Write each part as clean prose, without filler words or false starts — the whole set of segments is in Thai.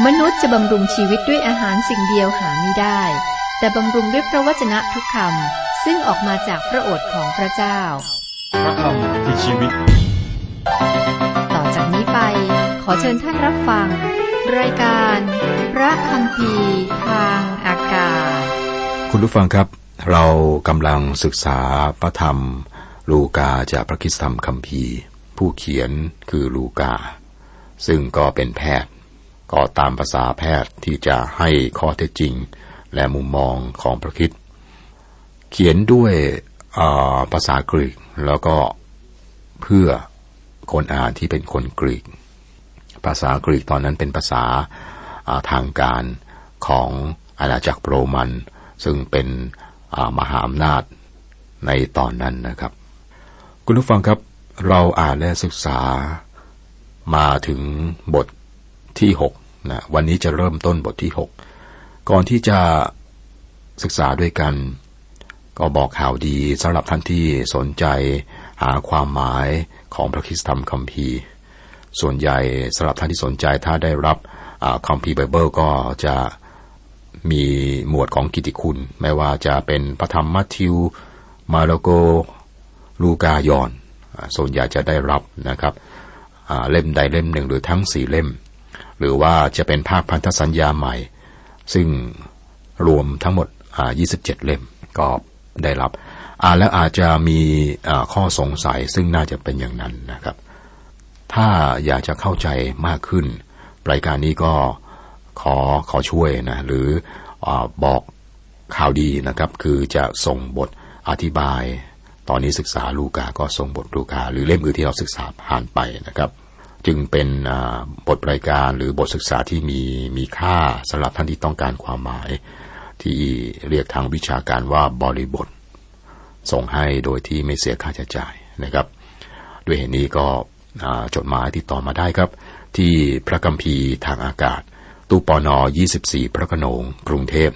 มนุษย์จะบำรุงชีวิตด้วยอาหารสิ่งเดียวหาไม่ได้แต่บำรุงด้วยพระวจนะทุกคำซึ่งออกมาจากพระโอษฐ์ของพระเจ้าพระคำคือชีวิตต่อจากนี้ไปขอเชิญท่านรับฟังรายการพระคัมภีร์ทางอากาศคุณผู้ฟังครับเรากำลังศึกษาพระธรรมลูกาจากพระคริสตธรรมคัมภีร์ผู้เขียนคือลูกาซึ่งก็เป็นแพทย์ก็ตามภาษาแพทย์ที่จะให้ข้อเท็จจริงและมุมมองของพระคริสต์เขียนด้วยภาษากรีกแล้วก็เพื่อคนอ่านที่เป็นคนกรีกภาษากรีกตอนนั้นเป็นภาษาทางการของอาณาจักรโรมันซึ่งเป็นมหาอำนาจในตอนนั้นนะครับคุณผู้ฟังครับเราอ่านและศึกษามาถึงบทที่6นะวันนี้จะเริ่มต้นบทที่6ก่อนที่จะศึกษาด้วยกันก็บอกข่าวดีสำหรับท่านที่สนใจหาความหมายของพระคริสตธรรมคัมภีร์ส่วนใหญ่สำหรับท่านที่สนใจถ้าได้รับคัมภีร์ไบเบิลก็จะมีหมวดของกิตติคุณไม่ว่าจะเป็นพระธรรมมัทธิวมาระโกลูกายอห์นส่วนใหญ่จะได้รับนะครับเล่มใดเล่มหนึ่งหรือทั้ง4เล่มหรือว่าจะเป็นภาคพันธสัญญาใหม่ซึ่งรวมทั้งหมด27เล่มก็ได้รับแล้วอาจจะมีข้อสงสัยซึ่งน่าจะเป็นอย่างนั้นนะครับถ้าอยากจะเข้าใจมากขึ้นรายการนี้ก็ขอช่วยนะหรือบอกข่าวดีนะครับคือจะส่งบทอธิบายตอนนี้ศึกษาลูกาก็ส่งบทลูกาหรือเล่มอื่นที่เราศึกษาผ่านไปนะครับจึงเป็นบทรายการหรือบทศึกษาที่มีค่าสำหรับท่านที่ต้องการความหมายที่เรียกทางวิชาการว่าบริบทส่งให้โดยที่ไม่เสียค่าใช้จ่ายนะครับด้วยเหตุนี้ก็จดหมายติดต่อมาได้ครับที่พระคัมภีร์ทางอากาศตู้ปน24พระโขนงกรุงเทพ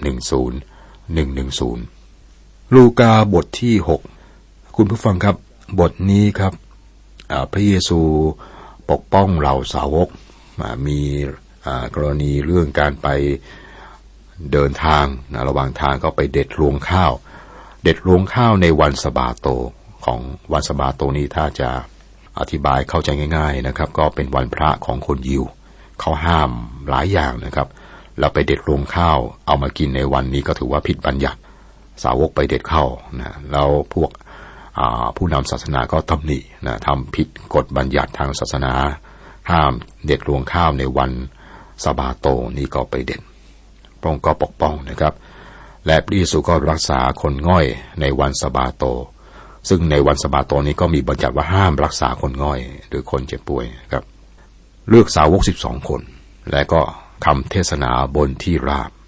10110ลูกาบทที่6คุณผู้ฟังครับบทนี้ครับพระเยซูปกป้องเหล่าสาวกมีกรณีเรื่องการไปเดินทางระหว่างทางก็ไปเด็ดรวงข้าวในวันสะบาโตของวันสะบาโตนี้ถ้าจะอธิบายเข้าใจง่ายๆนะครับก็เป็นวันพระของคนยิวเขาห้ามหลายอย่างนะครับเราไปเด็ดรวงข้าวเอามากินในวันนี้ก็ถือว่าผิดบัญญัติสาวกไปเด็ดข้าวนะแล้วพวกผู้นำศาสนาก็ตำหนินะทำผิดกฎบัญญัติทางศาสนาห้ามเด็ดรวงข้าวในวันสะบาโตนี้ก็ไปเด็ดพระองค์ก็ปกป้องนะครับและพระเยซูก็รักษาคนง่อยในวันสะบาโตซึ่งในวันสะบาโตนี้ก็มีบัญญัติว่าห้ามรักษาคนง่อยหรือคนเจ็บป่วยครับเลือกสาวก12คนและก็คำเทศนาบนที่ราบ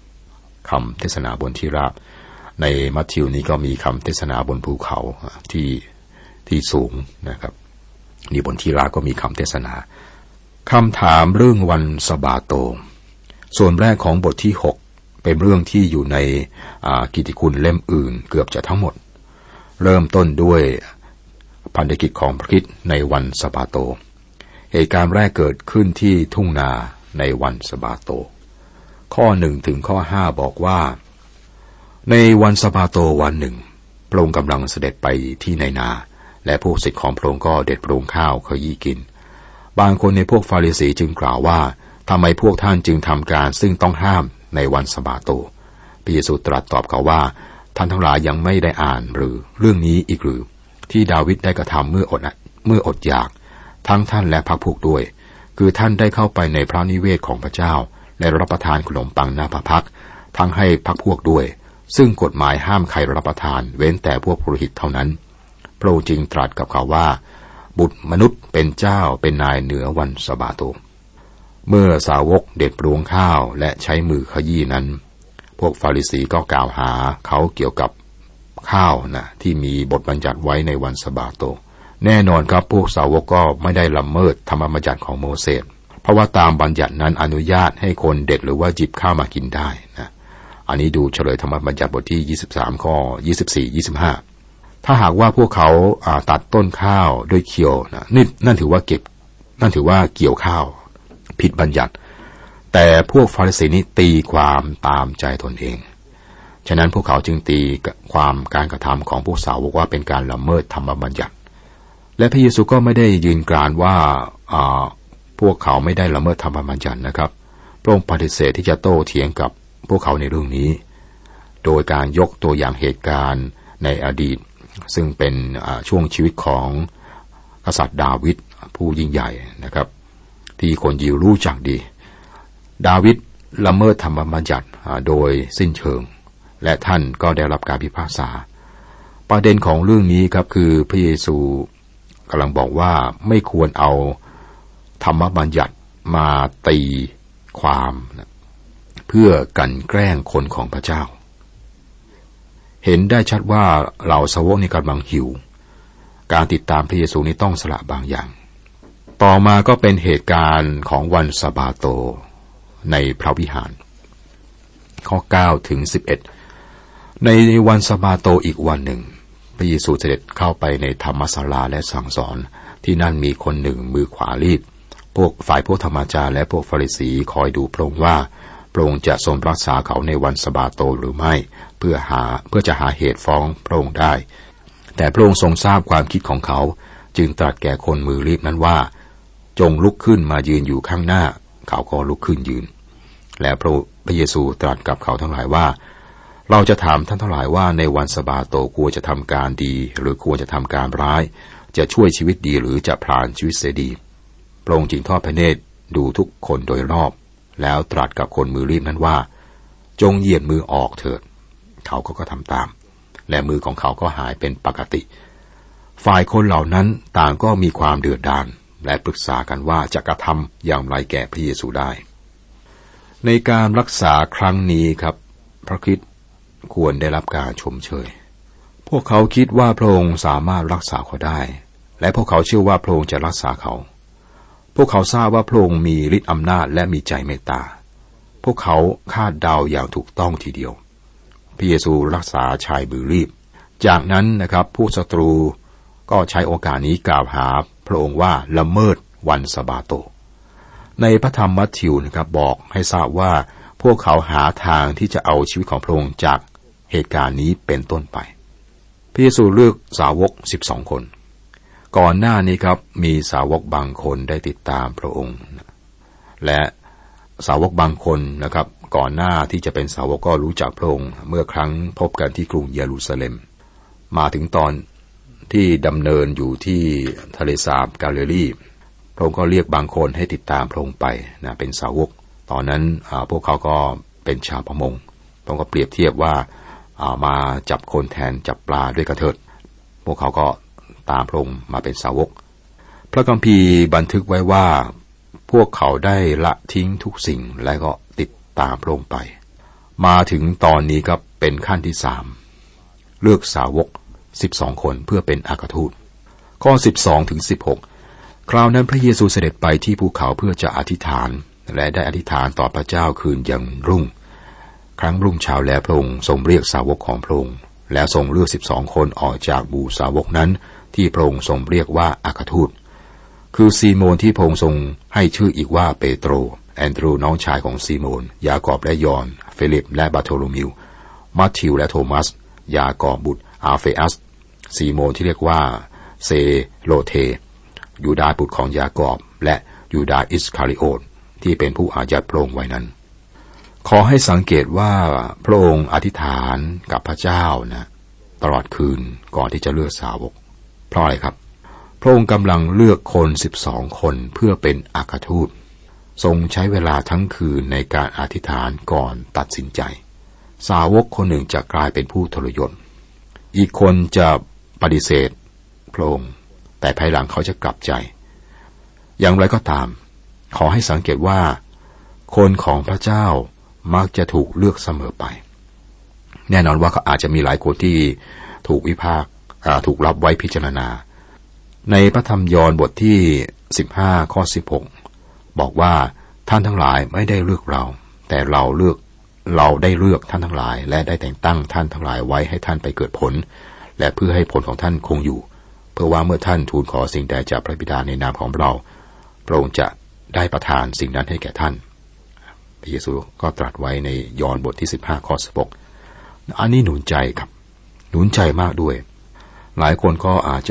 ในมัทธิวนี้ก็มีคำเทศนาบนภูเขาที่สูงนะครับนี่บนที่ราบก็มีคำเทศนาคำถามเรื่องวันสะบาโตส่วนแรกของบทที่6เป็นเรื่องที่อยู่ในกิตติคุณเล่มอื่นเกือบจะทั้งหมดเริ่มต้นด้วยพันธกิจของพระคริสต์ในวันสะบาโตเหตุการณ์แรกเกิดขึ้นที่ทุ่งนาในวันสะบาโตข้อ1ถึงข้อ5บอกว่าในวันสะบาโตวันหนึ่งพระองค์กำลังเสด็จไปที่ในนาและพวกศิษย์ของพระองค์ก็เด็ดรวงข้าวขยี้กินบางคนในพวกฟาริสีจึงกล่าวว่าทำไมพวกท่านจึงทำการซึ่งต้องห้ามในวันสะบาโตพระเยซูตรัสตอบเขาว่าท่านทั้งหลายยังไม่ได้อ่านหรือเรื่องนี้อีกหรือที่ดาวิดได้กระทำเมื่ออดอยากทั้งท่านและพรรคพวกด้วยคือท่านได้เข้าไปในพระนิเวศของพระเจ้าและรับประทานขนมปังหน้าพระพักทั้งให้พรรคพวกด้วยซึ่งกฎหมายห้ามใครรับประทานเว้นแต่พวกปุโรหิตเท่านั้นพระองค์จึงตรัสกับเขาว่าบุตรมนุษย์เป็นเจ้าเป็นนายเหนือวันสะบาโตเมื่อสาวกเด็ดรวงข้าวและใช้มือขยี้นั้นพวกฟาริสีก็กล่าวหาเขาเกี่ยวกับข้าวนะที่มีบทบัญญัติไว้ในวันสะบาโตแน่นอนครับพวกสาวกก็ไม่ได้ละเมิดธรรมบัญญัติของโมเสสเพราะว่าตามบัญญัตินั้นอนุญาตให้คนเด็ดหรือว่าหยิบข้าวมากินได้นะอันนี้ดูเฉลยธรรมบัญญัติบทที่23ข้อ24 25ถ้าหากว่าพวกเขาตัดต้นข้าวด้วยเขียวนะนั่นถือว่าเกี่ยวข้าวผิดบัญญัติแต่พวกฟาริสีนี้ตีความตามใจตนเองฉะนั้นพวกเขาจึงตีความการกระทำของพวกสาวกว่าเป็นการละเมิดธรรมบัญญัติและพระเยซูก็ไม่ได้ยืนกรานว่าพวกเขาไม่ได้ละเมิดธรรมบัญญัตินะครับพระองค์ปฏิเสธที่จะโต้เถียงกับพวกเขาในเรื่องนี้โดยการยกตัวอย่างเหตุการณ์ในอดีตซึ่งเป็นช่วงชีวิตของกษัตริย์ดาวิดผู้ยิ่งใหญ่นะครับที่คนยิวรู้จักดีดาวิดละเมิดธรรมบัญญัติโดยสิ้นเชิงและท่านก็ได้รับการพิพากษาประเด็นของเรื่องนี้ครับคือพระเยซูกำลังบอกว่าไม่ควรเอาธรรมบัญญัติมาตีความเพื่อกลั่นแกล้งคนของพระเจ้าเห็นได้ชัดว่าเหล่าสาวกนี้กำลังหิวการติดตามพระเยซูนี้ต้องสละบางอย่างต่อมาก็เป็นเหตุการณ์ของวันสะบาโตในพระวิหารข้อ9ถึง11ในวันสะบาโตอีกวันหนึ่งพระเยซูเสด็จเข้าไปในธรรมศาลาและสั่งสอนที่นั่นมีคนหนึ่งมือขวารีบพวกฝ่ายพวกธรรมาจารย์และพวกฟาริสีคอยดูพระองค์ว่าพระองค์จะทรงรักษาเขาในวันสะบาโตหรือไม่เพื่อจะหาเหตุฟ้องพระองค์ได้แต่พระองค์ทรงทราบความคิดของเขาจึงตรัสแก่คนมือรีบนั้นว่าจงลุกขึ้นมายืนอยู่ข้างหน้าเขาก็ลุกขึ้นยืนและพระเยซูตรัสกับเขาทั้งหลายว่าเราจะถามท่านทั้งหลายว่าในวันสะบาโตควรจะทำการดีหรือควรจะทำการร้ายจะช่วยชีวิตดีหรือจะพรานชีวิตเสียดีพระองค์จึงทอดพระเนตรดูทุกคนโดยรอบแล้วตรัสกับคนมือรีบนั้นว่าจงเหยียดมือออกเถิดเขาก็ทำตามและมือของเขาก็หายเป็นปกติฝ่ายคนเหล่านั้นต่างก็มีความเดือดดาลและปรึกษากันว่าจะกระทำอย่างไรแก่พระเยซูได้ในการรักษาครั้งนี้ครับพระคริสต์ควรได้รับการชมเชยพวกเขาคิดว่าพระองค์สามารถรักษาเขาได้และพวกเขาเชื่อว่าพระองค์จะรักษาเขาพวกเขาทราบว่าพระองค์มีฤทธิ์อำนาจและมีใจเมตตาพวกเขาคาดเดาอย่างถูกต้องทีเดียวพระเยซูรักษาชายมือรีบจากนั้นนะครับผู้ศัตรูก็ใช้โอกาสนี้กล่าวหาพระองค์ว่าละเมิดวันสะบาโตในพระธรรมมัทธิวนะครับบอกให้ทราบว่าพวกเขาหาทางที่จะเอาชีวิตของพระองค์จากเหตุการณ์นี้เป็นต้นไปพระเยซูเลือกสาวก12คนก่อนหน้านี้ครับมีสาวกบางคนได้ติดตามพระองค์และสาวกบางคนนะครับก่อนหน้าที่จะเป็นสาวกก็รู้จักพระองค์เมื่อครั้งพบกันที่กรุงเยรูซาเล็มมาถึงตอนที่ดำเนินอยู่ที่ทะเลสาบกาลิลีพระองค์ก็เรียกบางคนให้ติดตามพระองค์ไปนะเป็นสาวกตอนนั้นพวกเขาก็เป็นชาวประมงพระองค์ก็เปรียบเทียบว่ามาจับคนแทนจับปลาด้วยกระเถิดพวกเขาก็ตามพระองค์มาเป็นสาวกพระคัมภีร์บันทึกไว้ว่าพวกเขาได้ละทิ้งทุกสิ่งและก็ติดตามพระองค์ไปมาถึงตอนนี้ก็เป็นขั้นที่3เลือกสาวก12คนเพื่อเป็นอัครทูตข้อ12ถึง16คราวนั้นพระเยซูเสด็จไปที่ภูเขาเพื่อจะอธิษฐานและได้อธิษฐานต่อพระเจ้าคืนยังรุ่งครั้งรุ่งเช้าแล้วพระองค์ทรงเรียกสาวกของพระองค์แล้วทรงเลือก12คนออกจากหมู่สาวกนั้นที่พระองค์ทรงเรียกว่าอัครทูตคือซีโมนที่พระองค์ทรงให้ชื่ออีกว่าเปโตรแอนดรูน้องชายของซีโมนยากอบและยอห์นเฟลิปและบาโทโลมิวมัทธิวและโทมัสยากอบบุตรอาเฟอัสซีโมนที่เรียกว่าเซโลเทยูดาห์บุตรของยากอบและยูดาห์อิสคาริโอตที่เป็นผู้อายัดพระองค์ไว้นั้นขอให้สังเกตว่าพระองค์อธิษฐานกับพระเจ้านะตลอดคืนก่อนที่จะเลือกสาวกเพราะอะไรครับพระองค์กำลังเลือกคน12คนเพื่อเป็นอัครทูตทรงใช้เวลาทั้งคืนในการอธิษฐานก่อนตัดสินใจสาวกคนหนึ่งจะกลายเป็นผู้ทรยศอีกคนจะปฏิเสธพระองค์แต่ภายหลังเขาจะกลับใจอย่างไรก็ตามขอให้สังเกตว่าคนของพระเจ้ามักจะถูกเลือกเสมอไปแน่นอนว่าเขาอาจจะมีหลายคนที่ถูกวิพากษ์ถูกรับไว้พิจารณาในพระธรรมยอห์นบทที่15ข้อ16บอกว่าท่านทั้งหลายไม่ได้เลือกเราแต่เราได้เลือกท่านทั้งหลายและได้แต่งตั้งท่านทั้งหลายไว้ให้ท่านไปเกิดผลและเพื่อให้ผลของท่านคงอยู่เพื่อว่าเมื่อท่านทูลขอสิ่งใดจากพระบิดาในนามของเราพระองค์จะได้ประทานสิ่งนั้นให้แก่ท่านพระเยซูก็ตรัสไว้ในยอห์นบทที่15ข้อ16อันนี้หนุนใจครับหนุนใจมากด้วยหลายคนก็อาจ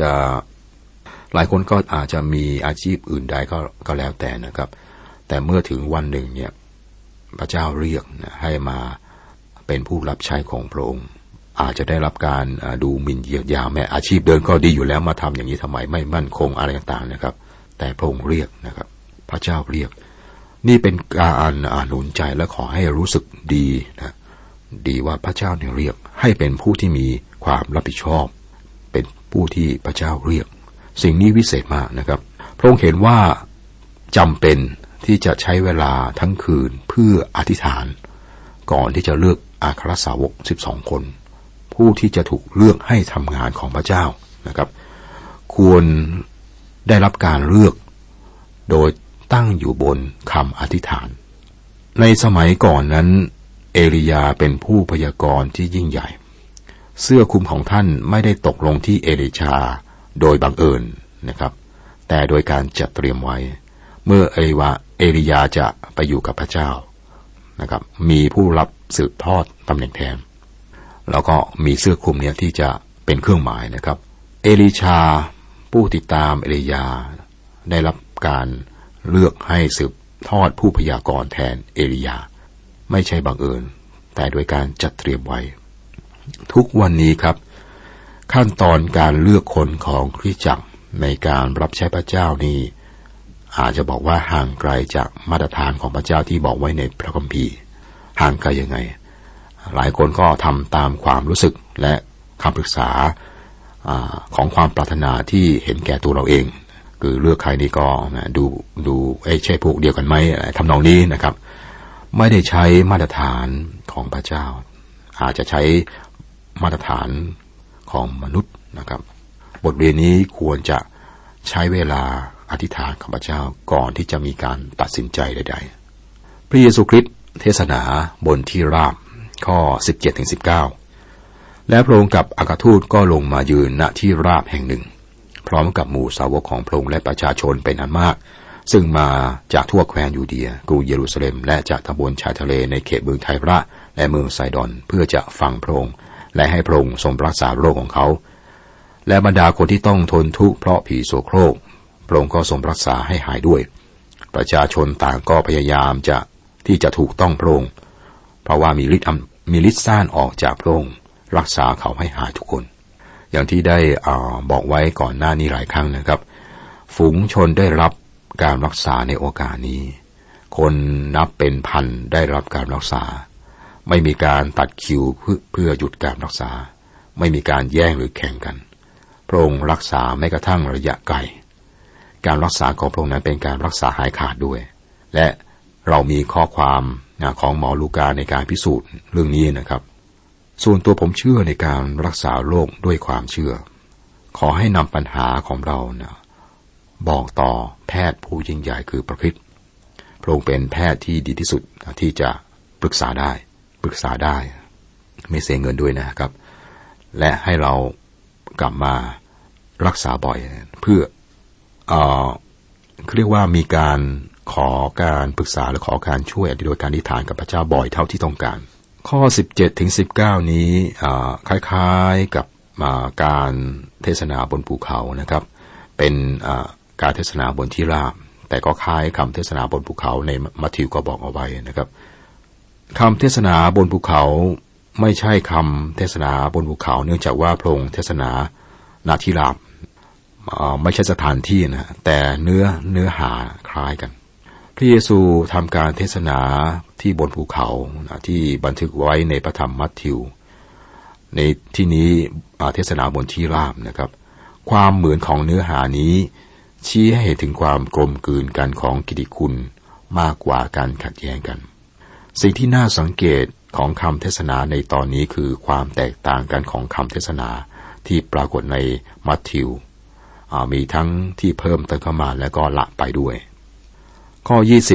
จะมีอาชีพอื่นใดก็แล้วแต่นะครับแต่เมื่อถึงวันหนึ่งเนี่ยพระเจ้าเรียกนะให้มาเป็นผู้รับใช้ของพระองค์อาจจะได้รับการดูหมิ่นเหยียดหยามแม้อาชีพเดินก็ดีอยู่แล้วมาทำอย่างนี้ทำไมไม่มั่นคงอะไรต่างๆนะครับแต่พระองค์เรียกนะครับพระเจ้าเรียกนี่เป็นการหนุนใจและขอให้รู้สึกดีนะดีว่าพระเจ้าเนี่ยเรียกให้เป็นผู้ที่มีความรับผิดชอบเป็นผู้ที่พระเจ้าเรียกสิ่งนี้วิเศษมากนะครับพระองค์เห็นว่าจำเป็นที่จะใช้เวลาทั้งคืนเพื่ออธิษฐานก่อนที่จะเลือกอัครสาวก12คนผู้ที่จะถูกเลือกให้ทำงานของพระเจ้านะครับควรได้รับการเลือกโดยตั้งอยู่บนคำอธิษฐานในสมัยก่อนนั้นเอลียาเป็นผู้พยากรณ์ที่ยิ่งใหญ่เสื้อคลุมของท่านไม่ได้ตกลงที่เอลิชาโดยบังเอิญนะครับแต่โดยการจัดเตรียมไว้เมื่อเอลียาจะไปอยู่กับพระเจ้านะครับมีผู้รับสืบทอดตำแหน่งแทนแล้วก็มีเสื้อคลุมเนี่ยที่จะเป็นเครื่องหมายนะครับเอลิชาผู้ติดตามเอลียาได้รับการเลือกให้สืบทอดผู้พยากรณ์แทนเอลียาไม่ใช่บังเอิญแต่โดยการจัดเตรียมไว้ทุกวันนี้ครับขั้นตอนการเลือกคนของคริสตจักรในการรับใช้พระเจ้านี้อาจจะบอกว่าห่างไกลจากมาตรฐานของพระเจ้าที่บอกไว้ในพระคัมภีร์ห่างไกลยังไงหลายคนก็ทำตามความรู้สึกและคำปรึกษาของความปรารถนาที่เห็นแก่ตัวเราเองคือเลือกใครนี่ก็ดูใช่พวกเดียวกันไหมทำนองนี้นะครับไม่ได้ใช้มาตรฐานของพระเจ้าอาจจะใช้มาตรฐานของมนุษย์นะครับบทเรียนนี้ควรจะใช้เวลาอธิษฐานกับพระเจ้าก่อนที่จะมีการตัดสินใจใดๆพระเยซูคริสต์เทศนาบนที่ราบข้อ 17-19 และพระองค์กับอัครทูตก็ลงมายืนณที่ราบแห่งหนึ่งพร้อมกับหมู่สาวกของพระองค์และประชาชนเป็นอันมากซึ่งมาจากทั่วแคว้นยูเดียกรุงเยรูซาเล็มและจากตำบลชายทะเลในเขตเมืองไทระและเมืองไซดอนเพื่อจะฟังพระองค์และให้พระองค์ทรงรักษาโรคของเขาและบรรดาคนที่ต้องทนทุกข์เพราะผีโสโครกพระองค์ก็ทรงรักษาให้หายด้วยประชาชนต่างก็พยายามที่จะถูกต้องพระองค์เพราะว่ามีฤทธิ์ซ่านออกจากพระองค์รักษาเขาให้หายทุกคนอย่างที่ได้บอกไว้ก่อนหน้านี้หลายครั้งนะครับฝูงชนได้รับการรักษาในโอกาสนี้คนนับเป็นพันได้รับการรักษาไม่มีการตัดคิวเพื่อหยุดการรักษาไม่มีการแย่งหรือแข่งกันพระองค์รักษาแม้กระทั่งระยะไกลการรักษาของพระองค์นั้นเป็นการรักษาหายขาดด้วยและเรามีข้อความของหมอลูกาในการพิสูจน์เรื่องนี้นะครับส่วนตัวผมเชื่อในการรักษาโรคด้วยความเชื่อขอให้นำปัญหาของเราบอกต่อแพทย์ผู้ยิ่งใหญ่คือพระคริสต์พระองค์เป็นแพทย์ที่ดีที่สุดที่จะปรึกษาได้ไม่เสียเงินด้วยนะครับและให้เรากลับมารักษาบ่อยเพื่อเรียกว่ามีการขอการปรึกษาหรือขอการช่วยโดยการอธิษฐานกับพระเจ้าบ่อยเท่าที่ต้องการข้อ 17-19 นี้คล้ายๆกับการเทศนาบนภูเขานะครับเป็นการเทศนาบนที่ราบแต่ก็คล้ายคำเทศนาบนภูเขาในมัทธิวก็บอกเอาไว้นะครับคำเทศนาบนภูเขาไม่ใช่คำเทศนาบนภูเขาเนื่องจากว่าพระองค์เทศนาณที่ราบไม่ใช่สถานที่นะแต่เนื้อหาคล้ายกันพระเยซูทำการเทศนาที่บนภูเขาที่บันทึกไว้ในพระธรรมมัทธิวในที่นี้เทศนาบนที่ราบนะครับความเหมือนของเนื้อหานี้ชี้ให้เห็นถึงความกลมกลืนกันของกิตติคุณมากกว่าการขัดแย้งกันสิ่งที่น่าสังเกตของคำเทศนาในตอนนี้คือความแตกต่างกันของคำเทศนาที่ปรากฏในมัทธิวมีทั้งที่เพิ่มเติมเข้ามาและก็ละไปด้วยข้อ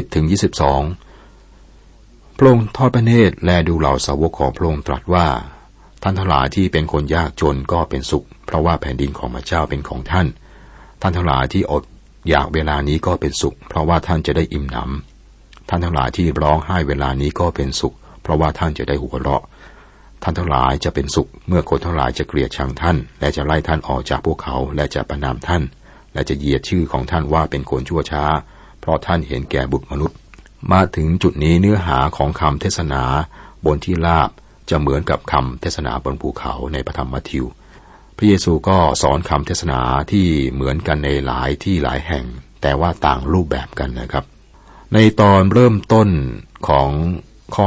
20-22 พระองค์ทอดพระเนตรแลดูเหล่าสาวกของพระองค์ตรัสว่าท่านทั้งหลายที่เป็นคนยากจนก็เป็นสุขเพราะว่าแผ่นดินของพระเจ้าเป็นของท่านท่านทั้งหลายที่อดอยากเวลานี้ก็เป็นสุขเพราะว่าท่านจะได้อิ่มหนำท่านทั้งหลายที่ร้องไห้เวลานี้ก็เป็นสุขเพราะว่าท่านจะได้หัวเราะท่านทั้งหลายจะเป็นสุขเมื่อคนทั้งหลายจะเกลียดชังท่านและจะไล่ท่านออกจากพวกเขาและจะประณามท่านและจะเหยียดชื่อของท่านว่าเป็นคนชั่วช้าเพราะท่านเห็นแก่บุตรมนุษย์มาถึงจุดนี้เนื้อหาของคำเทศนาบนที่ราบจะเหมือนกับคำเทศนาบนภูเขาในพระธรรมมัทธิวพระเยซูก็สอนคำเทศนาที่เหมือนกันในหลายที่หลายแห่งแต่ว่าต่างรูปแบบกันนะครับในตอนเริ่มต้นของข้อ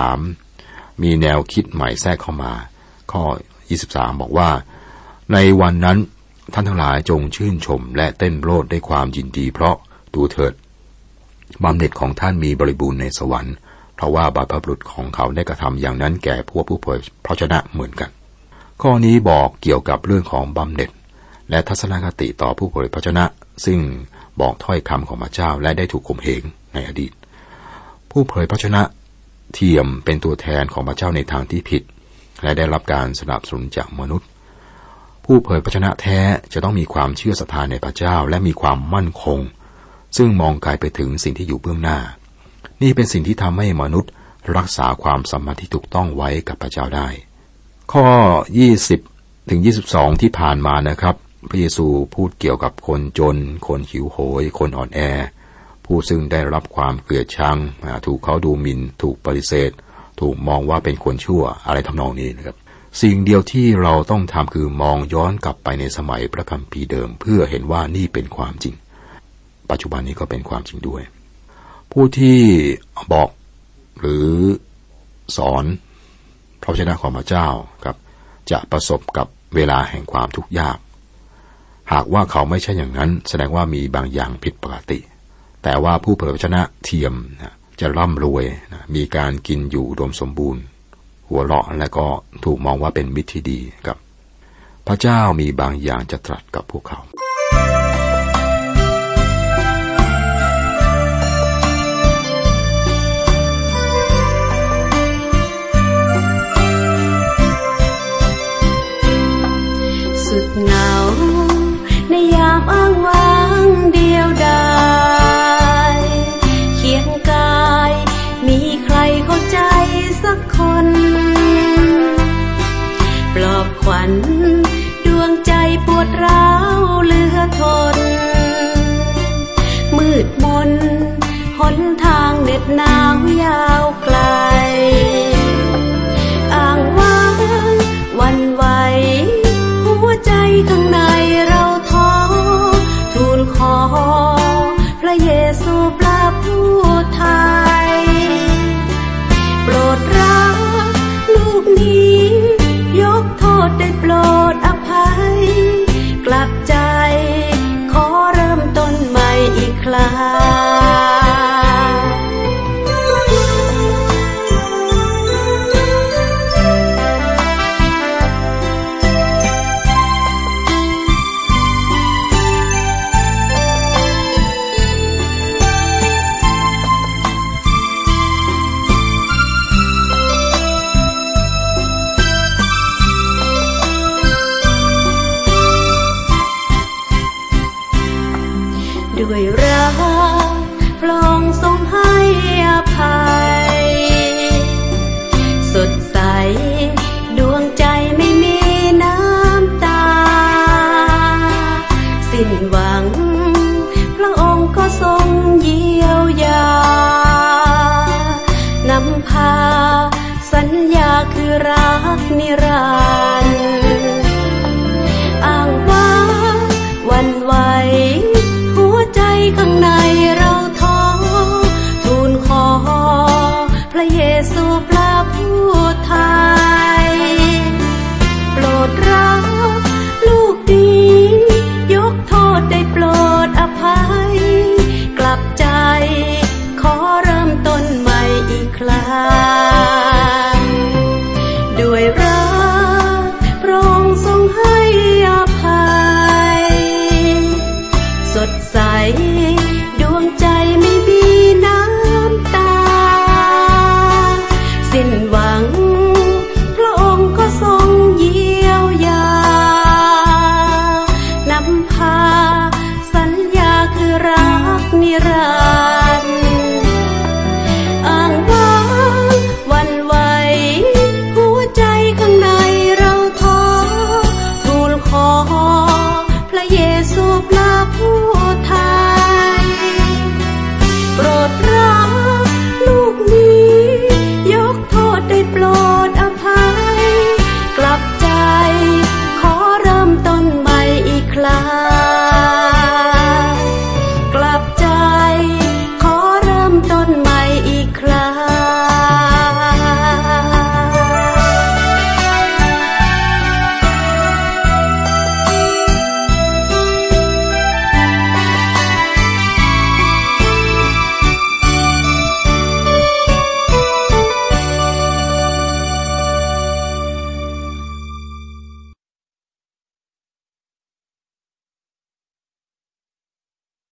23มีแนวคิดใหม่แทรกเข้ามาข้อ23บอกว่าในวันนั้นท่านทั้งหลายจงชื่นชมและเต้นโลดด้วยความยินดีเพราะดูเถิดบำเหน็จของท่านมีบริบูรณ์ในสวรรค์เพราะว่าบรรพบุรุษของเขาได้กระทำอย่างนั้นแก่พวกผู้เผยพระชนะเหมือนกันข้อนี้บอกเกี่ยวกับเรื่องของบำเหน็จและทัศนคติต่อผู้เผยพระชนะซึ่งบอกถ้อยคำของพระเจ้าและได้ถูกข่มเหงในอดีตผู้เผยพระชนะเทียมเป็นตัวแทนของพระเจ้าในทางที่ผิดและได้รับการสนับสนุนจากมนุษย์ผู้เผยพระชนะแท้จะต้องมีความเชื่อศรัทธาในพระเจ้าและมีความมั่นคงซึ่งมองไกลไปถึงสิ่งที่อยู่เบื้องหน้านี่เป็นสิ่งที่ทำให้มนุษย์รักษาความสัมพันธ์ที่ถูกต้องไว้กับพระเจ้าได้ข้อ20ถึง22ที่ผ่านมานะครับพระเยซูพูดเกี่ยวกับคนจนคนหิวโหยคนอ่อนแอผู้ซึ่งได้รับความเกลียดชังถูกเขาดูหมิ่นถูกปฏิเสธถูกมองว่าเป็นคนชั่วอะไรทำนองนี้นะครับสิ่งเดียวที่เราต้องทำคือมองย้อนกลับไปในสมัยพระคัมภีร์เดิมเพื่อเห็นว่านี่เป็นความจริงปัจจุบันนี้ก็เป็นความจริงด้วยผู้ที่บอกหรือสอนพระวจนะของพระเจ้าครับจะประสบกับเวลาแห่งความทุกข์ยากหากว่าเขาไม่ใช่อย่างนั้นแสดงว่ามีบางอย่างผิดปกติแต่ว่าผู้เผยพระวจนะเทียมจะร่ำรวยมีการกินอยู่อุดมสมบูรณ์หัวเราะและก็ถูกมองว่าเป็นมิตรที่ดีครับพระเจ้ามีบางอย่างจะตรัสกับพวกเขาสุดเหงาในยามอ้างว้างเดียวดายเคียงกายมีใครเข้าใจสักคนปลอบขวัญดวงใจปวดร้าวเหลือทนมืดมนหนทางเหน็บหนาวยาวไกล